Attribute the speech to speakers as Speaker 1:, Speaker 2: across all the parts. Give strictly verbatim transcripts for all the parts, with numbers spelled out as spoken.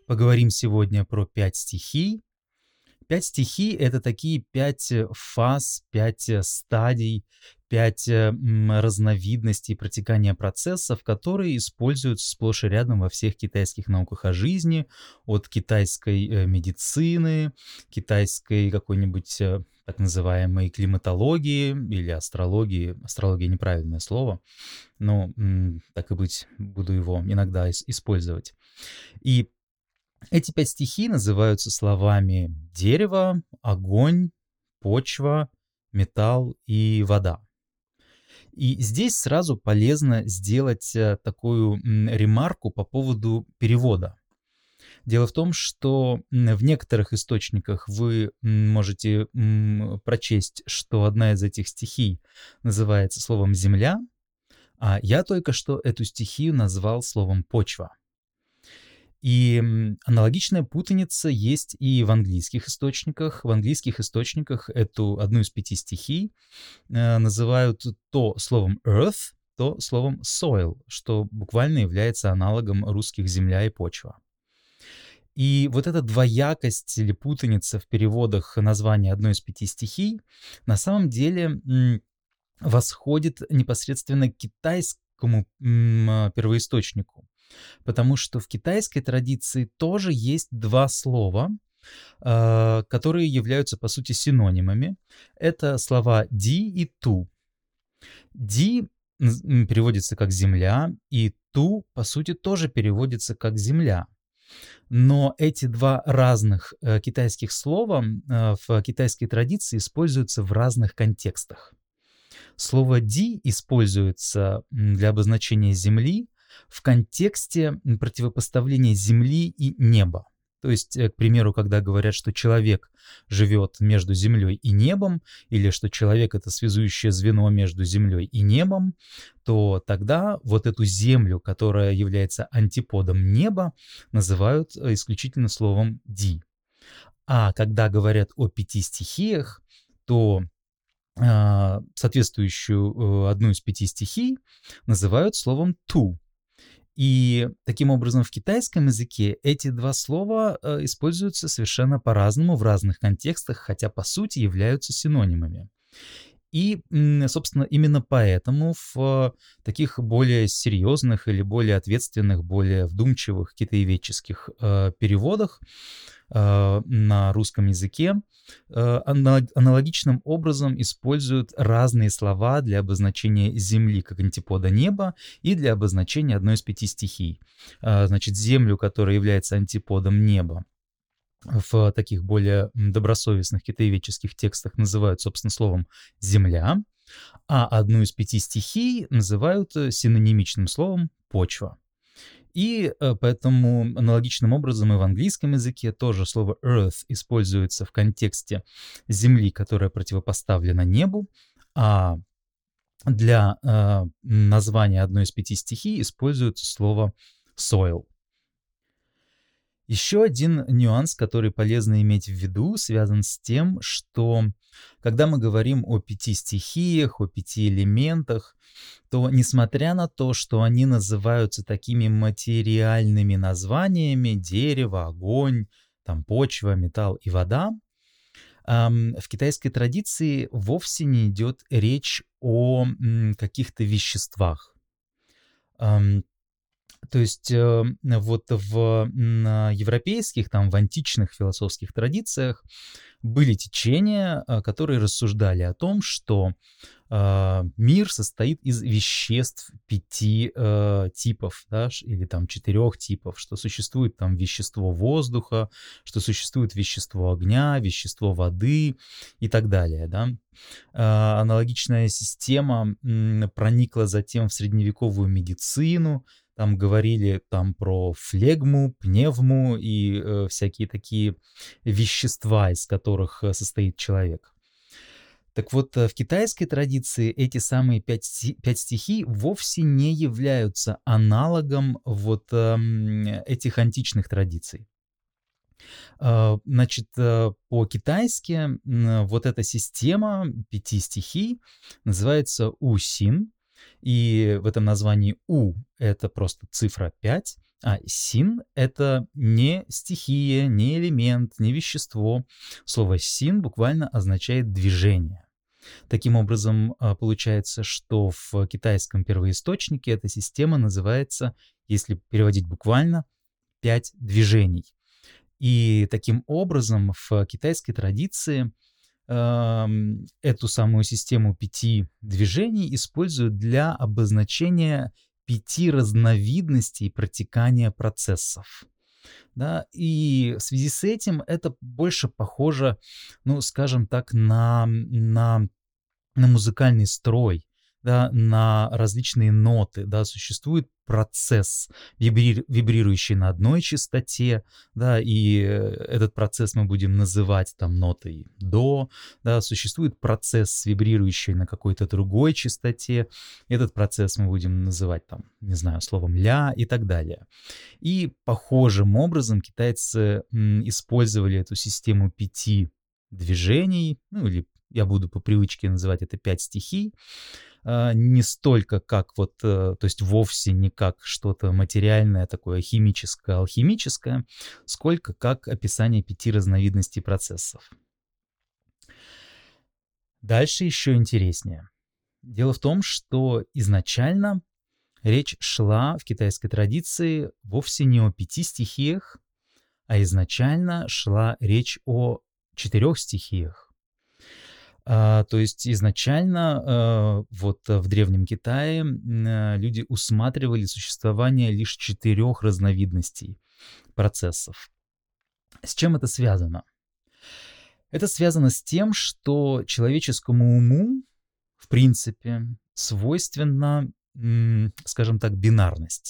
Speaker 1: Поговорим сегодня про пять стихий. Пять стихий — это такие пять э, фаз, пять э, стадий, пять э, м, разновидностей протекания процессов, которые используются сплошь и рядом во всех китайских науках о жизни, от китайской э, медицины, китайской какой-нибудь э, так называемой климатологии или астрологии. Астрология — неправильное слово, но м, так и быть, буду его иногда ис- использовать. И эти пять стихий называются словами дерево, огонь, почва, металл и вода. И здесь сразу полезно сделать э, такую м, ремарку по поводу перевода. Дело в том, что м, в некоторых источниках вы м, можете м, прочесть, что одна из этих стихий называется словом «земля», а я только что эту стихию назвал словом «почва». И м, аналогичная путаница есть и в английских источниках. В английских источниках эту одну из пяти стихий э, называют то словом earth, то словом soil, что буквально является аналогом русских земля и почва. И вот эта двоякость или путаница в переводах названия одной из пяти стихий на самом деле м, восходит непосредственно к китайскому м, а, первоисточнику. Потому что в китайской традиции тоже есть два слова, а, которые являются, по сути, синонимами. Это слова «ди» и «ту». «Ди» нз- м, переводится как «земля», и «ту», по сути, тоже переводится как «земля». Но эти два разных э, китайских слова э, в китайской традиции используются в разных контекстах. Слово «ди» используется м, для обозначения Земли в контексте м, противопоставления Земли и неба. То есть, э, к примеру, когда говорят, что человек живет между Землей и небом, или что человек — это связующее звено между Землей и небом, то тогда вот эту Землю, которая является антиподом неба, называют э, исключительно словом «ди». А когда говорят о пяти стихиях, то а, соответствующую э, одну из пяти стихий называют словом «ту». И таким образом в китайском языке эти два слова э, используются совершенно по-разному в разных контекстах, хотя по сути являются синонимами. И, м, собственно, именно поэтому в таких более серьезных или более ответственных, более вдумчивых китаеведческих э, переводах э, на русском языке э, ана- аналогичным образом используют разные слова для обозначения Земли как антипода неба и для обозначения одной из пяти стихий. А, Значит, Землю, которая является антиподом неба, в таких более м, добросовестных китаеведческих текстах называют, собственно, словом «земля», а одну из пяти стихий называют э, синонимичным словом «почва». И э, поэтому аналогичным образом и в английском языке тоже слово earth используется в контексте Земли, которая противопоставлена небу, а для э, названия одной из пяти стихий используют слово soil. Еще один нюанс, который полезно иметь в виду, связан с тем, что когда мы говорим о пяти стихиях, о пяти элементах, то несмотря на то, что они называются такими материальными названиями — дерево, огонь, там почва, металл и вода, ам, в китайской традиции вовсе не идет речь о м, каких-то веществах. Ам, то есть э, вот в м, европейских, там, в античных философских традициях были течения, э, которые рассуждали о том, что э, мир состоит из веществ пяти э, типов, да, ш- или там четырех типов, что существует там вещество воздуха, что существует вещество огня, вещество воды и так далее, да. Э, аналогичная система м, проникла затем в средневековую медицину. Там говорили там про флегму, пневму и э, всякие такие вещества, из которых э, состоит человек. Так вот, э, в китайской традиции эти самые пять, стихи- пять стихий вовсе не являются аналогом вот эм, этих античных традиций. А, Значит, э, по-китайски м, вот эта система пяти стихий называется У-син, и в этом названии У — это просто цифра пять, А син — это не стихия, не элемент, не вещество. Слово син буквально означает движение. Таким образом, а, получается, что в китайском первоисточнике эта система называется, если переводить буквально, «пять движений». И таким образом в китайской традиции ам, эту самую систему пяти движений используют для обозначения пяти разновидностей протекания процессов. Да, и в связи с этим это больше похоже, ну, скажем так, на, на на музыкальный строй, да, на различные ноты, да, существует процесс, вибри- вибрирующий на одной частоте, да, и э, этот процесс мы будем называть там нотой до, да, существует процесс, вибрирующий на какой-то другой частоте, этот процесс мы будем называть там, не знаю, словом ля и так далее. И похожим образом китайцы м, использовали эту систему пяти движений, ну или я буду по привычке называть это пять стихий, а, не столько как вот, э, то есть вовсе не как что-то материальное, такое химическое, алхимическое, сколько как описание пяти разновидностей процессов. Дальше еще интереснее. Дело в том, что изначально речь шла в китайской традиции вовсе не о пяти стихиях, а изначально шла речь о четырех стихиях. А, то есть изначально э, вот э, в Древнем Китае м, э, люди усматривали существование лишь четырех разновидностей процессов. С чем это связано? Это связано с тем, что человеческому уму, в принципе, свойственна, м, скажем так, бинарность.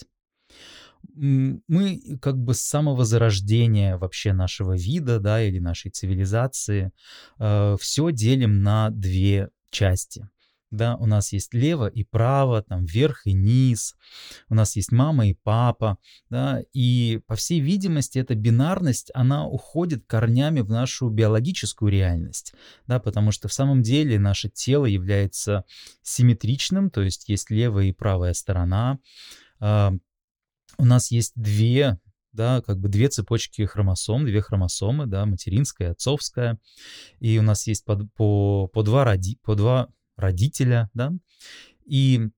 Speaker 1: М, Мы как бы с самого зарождения вообще нашего вида, да, или нашей цивилизации все делим на две части. Да, у нас есть лево и право, там верх и низ, у нас есть мама и папа, да, и по всей видимости эта бинарность, она уходит корнями в нашу биологическую реальность, да, потому что в самом деле наше тело является симметричным, то есть есть левая и правая сторона, а, у нас есть две, да, как бы две цепочки хромосом, две хромосомы, да, материнская, отцовская, и у нас есть по, по, по, два, роди, по два родителя, да, и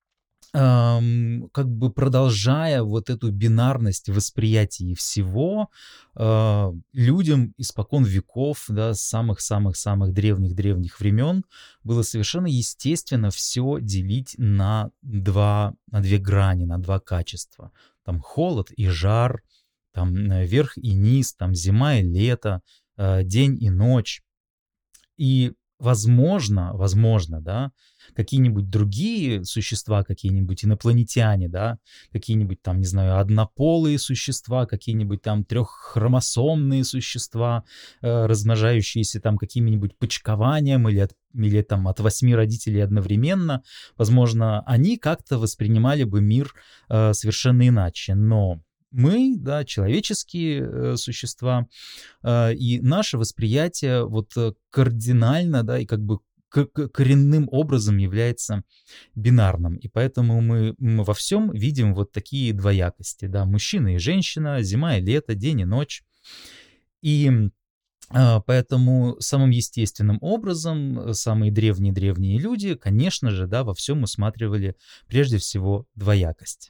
Speaker 1: ам, как бы продолжая вот эту бинарность восприятия всего, а, людям испокон веков, да, с самых-самых-самых древних-древних времен было совершенно естественно все делить на два, на две грани, на два качества. Там холод и жар, там э, верх и низ, там зима и лето, э, день и ночь. И возможно, возможно, да, какие-нибудь другие существа, какие-нибудь инопланетяне, да, какие-нибудь там, не знаю, однополые существа, какие-нибудь там треххромосомные существа, э, размножающиеся там каким-нибудь почкованием или от, или там от восьми родителей одновременно, возможно, они как-то воспринимали бы мир э, совершенно иначе. Но мы, да, человеческие э, существа, э, и наше восприятие вот э, кардинально, да, и как бы к- к- коренным образом является бинарным. И поэтому мы, мы во всем видим вот такие двоякости, да, мужчина и женщина, зима и лето, день и ночь. И а, поэтому самым естественным образом э, самые древние-древние люди, конечно же, да, во всем усматривали прежде всего двоякость.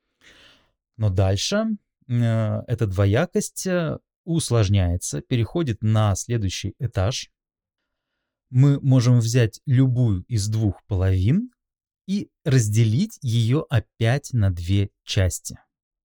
Speaker 1: Но дальше э, эта двоякость э, усложняется, переходит на следующий этаж. Мы можем взять любую из двух половин и разделить ее опять на две части.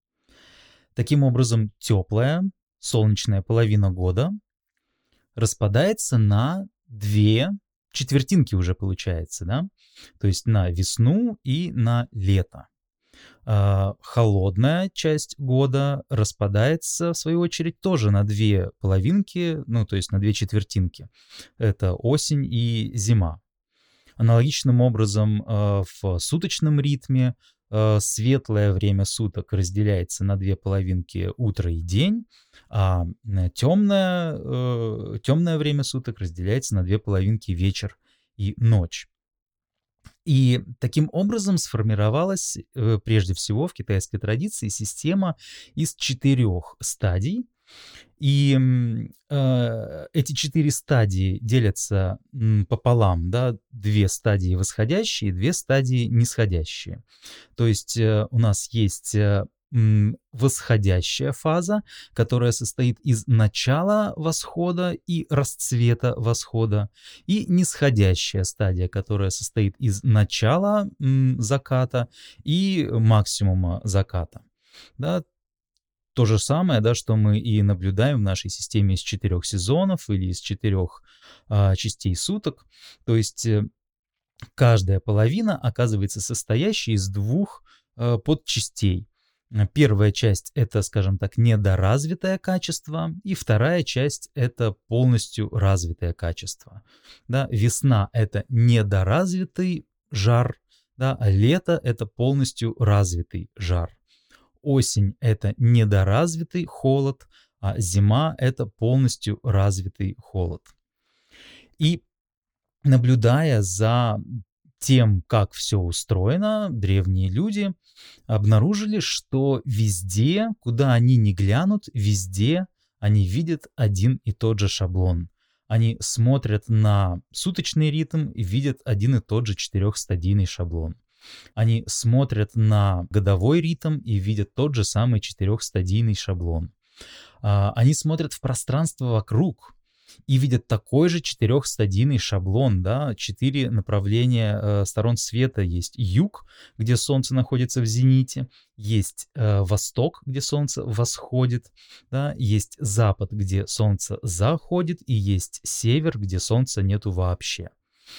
Speaker 1: Таким образом, теплая солнечная половина года распадается на две четвертинки уже получается, да? То есть на весну и на лето. А, холодная часть года распадается, в свою очередь, тоже на две половинки, ну, то есть на две четвертинки. Это осень и зима. Аналогичным образом а, в суточном ритме а, светлое время суток разделяется на две половинки утро и день, а темное, темное время суток разделяется на две половинки вечер и ночь. И таким образом сформировалась, э, прежде всего в китайской традиции система из четырех стадий. И, м, э, эти четыре стадии делятся, м, пополам, да. две стадии восходящие, две стадии нисходящие. То есть, э, у нас есть, э, м, восходящая фаза, которая состоит из начала восхода и расцвета восхода, и нисходящая стадия, которая состоит из начала, м, заката и максимума заката. Да. То же самое, да, что мы и наблюдаем в нашей системе из четырех сезонов или из четырех, а, частей суток. То есть, э, каждая половина оказывается состоящей из двух, э, подчастей. Э, первая часть — это, скажем так, недоразвитое качество, и вторая часть — это полностью развитое качество. Да, весна — это недоразвитый жар, да, а лето — это полностью развитый жар. Осень — это недоразвитый холод, а зима — это полностью развитый холод. И наблюдая за тем, как все устроено, древние люди обнаружили, что везде, куда они ни глянут, везде они видят один и тот же шаблон. Они смотрят на суточный ритм и видят один и тот же четырехстадийный шаблон. Они смотрят на годовой ритм и видят тот же самый четырехстадийный шаблон. А, Они смотрят в пространство вокруг и видят такой же четырехстадийный шаблон, да, четыре направления э, сторон света. Есть юг, где Солнце находится в зените, есть э, восток, где Солнце восходит, да, есть запад, где Солнце заходит, и есть север, где Солнца нету вообще.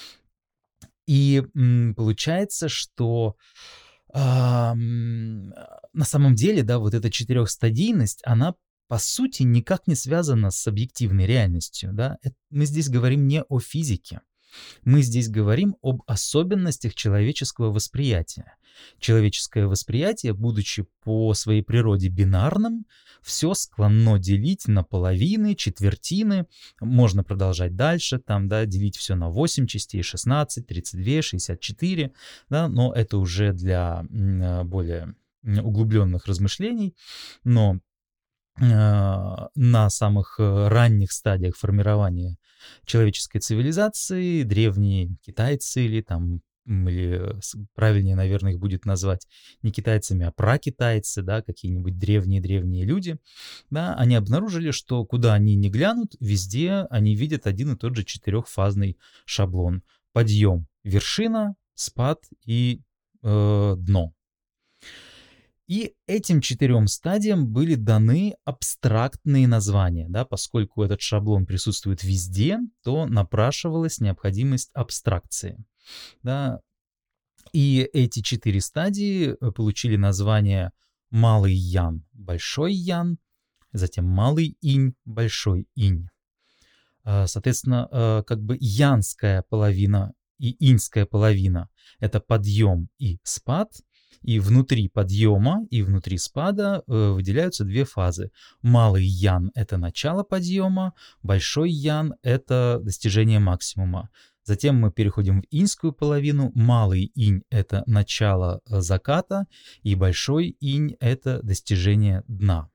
Speaker 1: И м, получается, что а, м, на самом деле, да, вот эта четырехстадийность, она по сути никак не связана с объективной реальностью, да. Эт- Мы здесь говорим не о физике, мы здесь говорим об особенностях человеческого восприятия. Человеческое восприятие, будучи по своей природе бинарным, все склонно делить на половины, четвертины. Можно продолжать дальше, там, да, делить все на восемь частей, шестнадцать, тридцать два, шестьдесят четыре, да, но это уже для м, э, более м, углубленных размышлений. Но э, на самых э, ранних стадиях формирования человеческой цивилизации древние китайцы или там м, или с- правильнее, наверное, их будет назвать не китайцами, а пракитайцы, да, какие-нибудь древние-древние люди, да, они обнаружили, что куда они ни глянут, везде они видят один и тот же четырехфазный шаблон. Подъем — вершина, спад и э, дно. И этим четырем стадиям были даны абстрактные названия, да, поскольку этот шаблон присутствует везде, то напрашивалась необходимость абстракции, да. И эти четыре стадии э, получили название малый ян, большой ян, затем малый инь, большой инь. А, Соответственно, э, как бы янская половина и иньская половина — это подъем и спад, и внутри подъема и внутри спада э, выделяются две фазы. Малый ян — это начало подъема, большой ян — это достижение максимума. Затем мы переходим в иньскую половину. Малый инь — это начало э, заката, и большой инь — это достижение дна.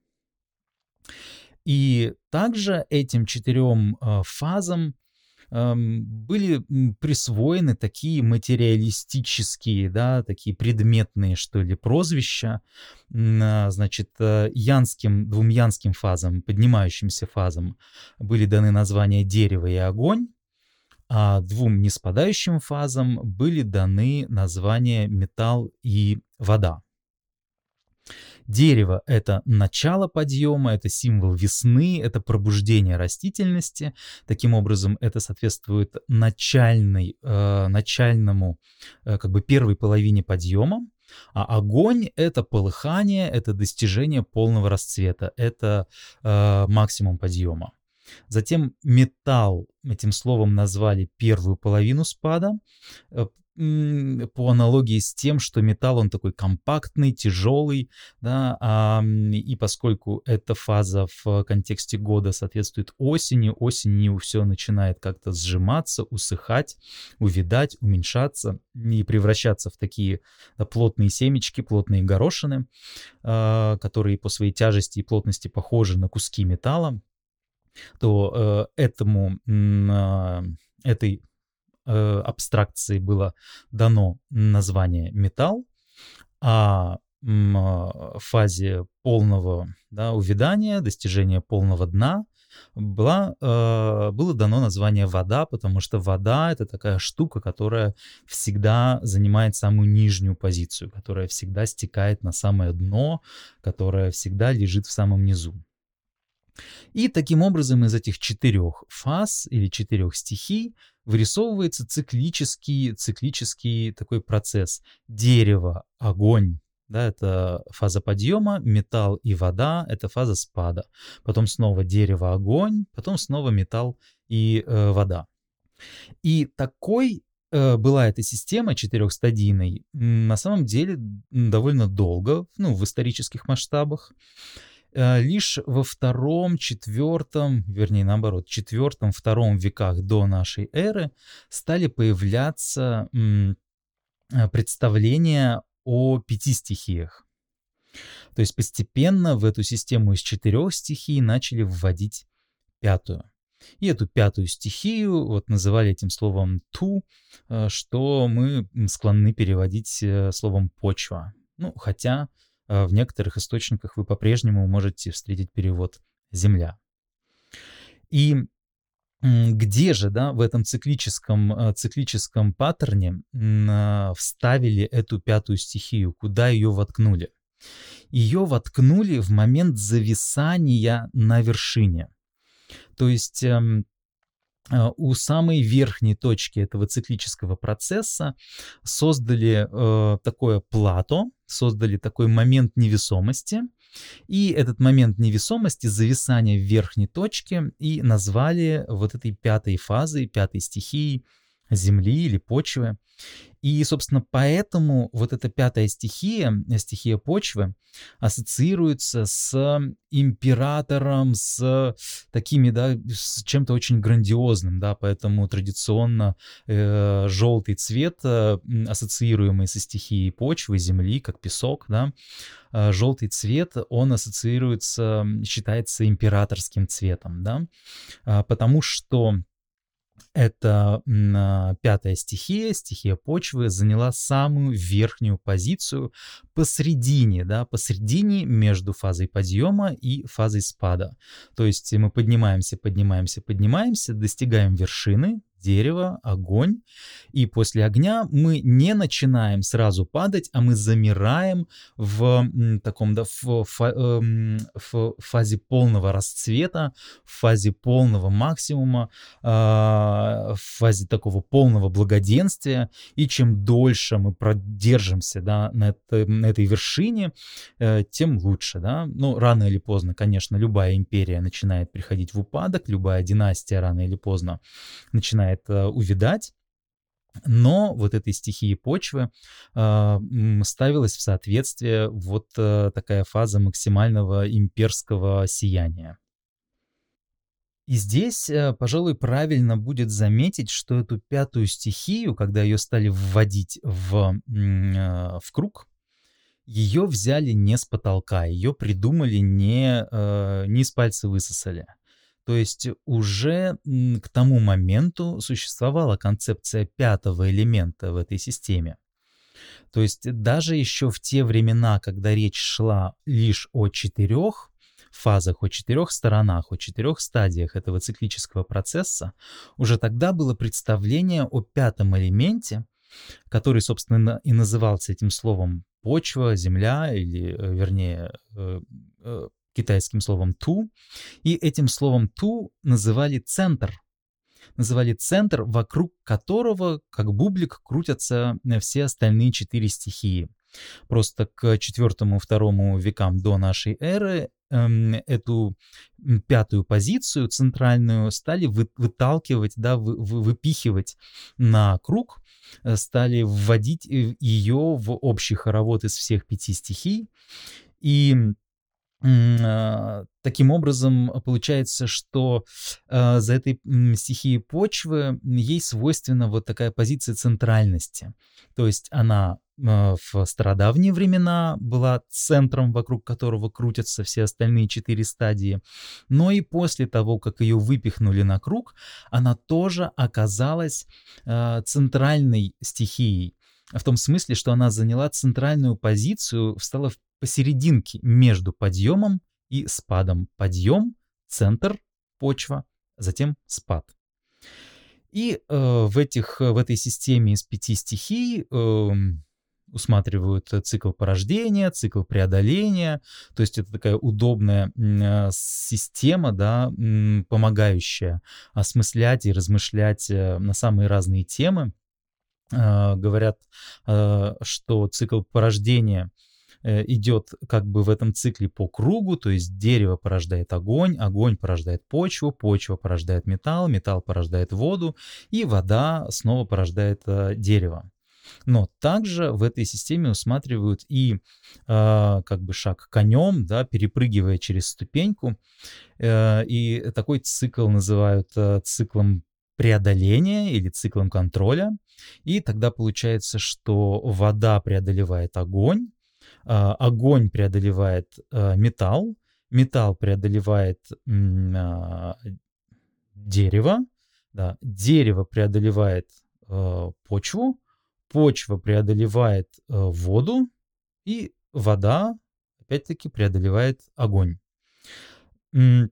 Speaker 1: И также этим четырем э, фазам эм, были м, присвоены такие материалистические, да, такие предметные, что ли, прозвища. М, а, Значит, э, янским, двум янским фазам, поднимающимся фазам, были даны названия дерево и огонь, а двум неспадающим фазам были даны названия металл и вода. Дерево — это начало подъема, это символ весны, это пробуждение растительности. Таким образом, это соответствует начальной, э, начальному, э, как бы первой половине подъема. А огонь — это полыхание, это достижение полного расцвета, это э, максимум подъема. Затем металл, этим словом назвали первую половину спада. Э, м, по аналогии с тем, что металл, он такой компактный, тяжелый, да, а, м, и поскольку эта фаза в контексте года соответствует осени, осенью все начинает как-то сжиматься, усыхать, увядать, уменьшаться и превращаться в такие, да, плотные семечки, плотные горошины, а, которые по своей тяжести и плотности похожи на куски металла, то э, этому, м, а, этой э, абстракции было дано название металл, а м, а, фазе полного, да, увядания, достижения полного дна была, э, было дано название вода, потому что вода — это такая штука, которая всегда занимает самую нижнюю позицию, которая всегда стекает на самое дно, которая всегда лежит в самом низу. И таким образом из этих четырех фаз или четырех стихий вырисовывается циклический, циклический такой процесс. Дерево, огонь, да, это фаза подъема, металл и вода — это фаза спада. Потом снова дерево, огонь, потом снова металл и э, вода. И такой э, была эта система четырехстадийной м, на самом деле м, довольно долго, ну, в исторических масштабах. Э, Лишь во втором, четвертом, вернее, наоборот, четвертом, втором веках до нашей эры стали появляться м, э, представления о пяти стихиях. То есть постепенно в эту систему из четырех стихий начали вводить пятую. И эту пятую стихию вот называли этим словом «ту», э, что мы м, склонны переводить э, словом «почва». Ну, хотя э, в некоторых источниках вы по-прежнему можете встретить перевод «земля». И м, где же, да, в этом циклическом, э, циклическом паттерне м, а, вставили эту пятую стихию, куда ее воткнули? Ее воткнули в момент зависания на вершине. То есть эм, э, у самой верхней точки этого циклического процесса создали э, такое плато, создали такой момент невесомости, и этот момент невесомости, зависания в верхней точке, и назвали вот этой пятой фазой, пятой стихией Земли или почвы. И, собственно, поэтому вот эта пятая стихия, э, стихия почвы, ассоциируется с императором, с такими, да, с чем-то очень грандиозным, да, поэтому традиционно э, желтый цвет, э, м, ассоциируемый со стихией почвы, земли, как песок, да, э, желтый цвет, он ассоциируется, м, считается императорским цветом, да, а, потому что эта м, а, пятая стихия, стихия почвы, заняла самую верхнюю позицию посредине, да, посредине между фазой подъема и фазой спада. То есть мы поднимаемся, поднимаемся, поднимаемся, достигаем вершины, дерево, огонь, и после огня мы не начинаем сразу падать, а мы замираем в м, таком, да, в, фа- эм, в фазе полного расцвета, в фазе полного максимума, а, в фазе такого полного благоденствия, и чем дольше мы продержимся, да, на, это- на этой вершине, э, тем лучше, да. Ну, рано или поздно, конечно, любая империя начинает приходить в упадок, любая династия рано или поздно начинает э, увядать, но вот этой стихии почвы а, м, ставилась в соответствие вот э, такая фаза максимального имперского сияния. И здесь, э, пожалуй, правильно будет заметить, что эту пятую стихию, когда ее стали вводить в, м, э, в круг, ее взяли не с потолка, ее придумали не, э, не из пальца высосали. То есть уже м, к тому моменту существовала концепция пятого элемента в этой системе. То есть даже еще в те времена, когда речь шла лишь о четырех фазах, о четырех сторонах, о четырех стадиях этого циклического процесса, уже тогда было представление о пятом элементе, который, собственно, и назывался этим словом почва, земля, или, э, вернее, э, э, китайским словом ту. И этим словом ту называли центр. Называли центр, вокруг которого, как бублик, крутятся э, все остальные четыре стихии. Просто к четвертому-второму векам до нашей эры эм, эту м, пятую позицию центральную стали вы- выталкивать, да, вы- вы- выпихивать на круг, э, стали вводить э, ее в общий хоровод из всех пяти стихий. И М, а, таким образом, а, получается, что, а, за этой, м, стихией почвы, м, ей свойственна вот такая позиция центральности. То есть она, а, в стародавние времена была центром, вокруг которого крутятся все остальные четыре стадии, но и после того, как ее выпихнули на круг, она тоже оказалась, а, центральной стихией. В том смысле, что она заняла центральную позицию, встала в посерединке между подъемом и спадом. Подъем, центр, почва, затем спад. И э, в, этих, в этой системе из пяти стихий эм, усматривают э, цикл порождения, цикл преодоления. То есть это такая удобная м, э, система, да, м, помогающая осмыслять и размышлять э, на самые разные темы. Э, говорят, э, что цикл порождения э, идет как бы в этом цикле по кругу, то есть дерево порождает огонь, огонь порождает почву, почва порождает металл, металл порождает воду, и вода снова порождает э, дерево. Но также в этой системе усматривают и э, как бы шаг конем, да, перепрыгивая через ступеньку. Э, и такой цикл называют э, циклом преодоления или циклом контроля. И тогда получается, что вода преодолевает огонь, а, огонь преодолевает а, металл, металл преодолевает м, а, дерево, да, дерево преодолевает а, почву, почва преодолевает а, воду, и вода, опять-таки, преодолевает огонь. М,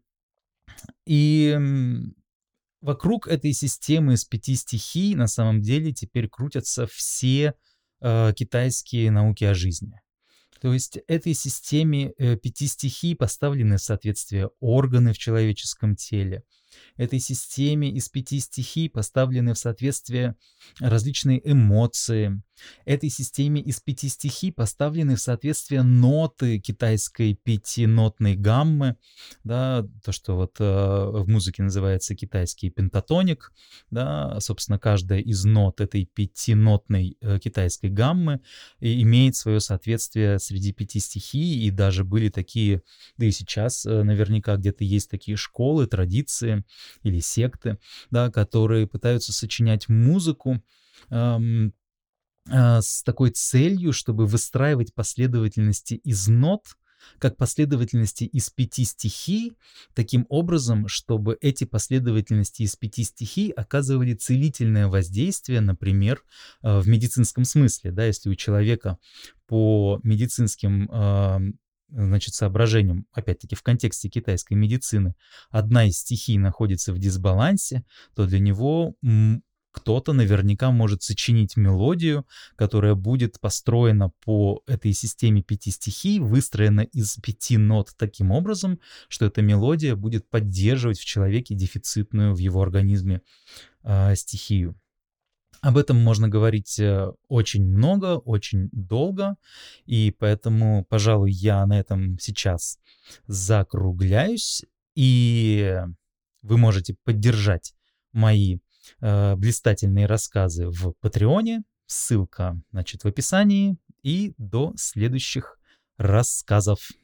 Speaker 1: И м, вокруг этой системы из пяти стихий на самом деле теперь крутятся все а, китайские науки о жизни. То есть этой системе э, пяти стихий поставлены в соответствие органы в человеческом теле. Этой системе из пяти стихий поставлены в соответствие различные эмоции. Этой системе из пяти стихий поставлены в соответствие ноты китайской пятинотной гаммы, да, то, что вот э, в музыке называется китайский пентатоник, да, собственно, каждая из нот этой пятинотной э, китайской гаммы и имеет свое соответствие среди пяти стихий, и даже были такие, да и сейчас э, наверняка где-то есть такие школы, традиции или секты, да, которые пытаются сочинять музыку эм, э, с такой целью, чтобы выстраивать последовательности из нот, как последовательности из пяти стихий, таким образом, чтобы эти последовательности из пяти стихий оказывали целительное воздействие, например, э, в медицинском смысле, да, если у человека по медицинским э, значит, соображениям, опять-таки в контексте китайской медицины, одна из стихий находится в дисбалансе, то для него м, кто-то наверняка может сочинить мелодию, которая будет построена по этой системе пяти стихий, выстроена из пяти нот таким образом, что эта мелодия будет поддерживать в человеке дефицитную в его организме э, стихию. Об этом можно говорить э, очень много, очень долго, и поэтому, пожалуй, я на этом сейчас закругляюсь, и вы можете поддержать мои э, блистательные рассказы в Патреоне. Ссылка, значит, в описании. И до следующих рассказов.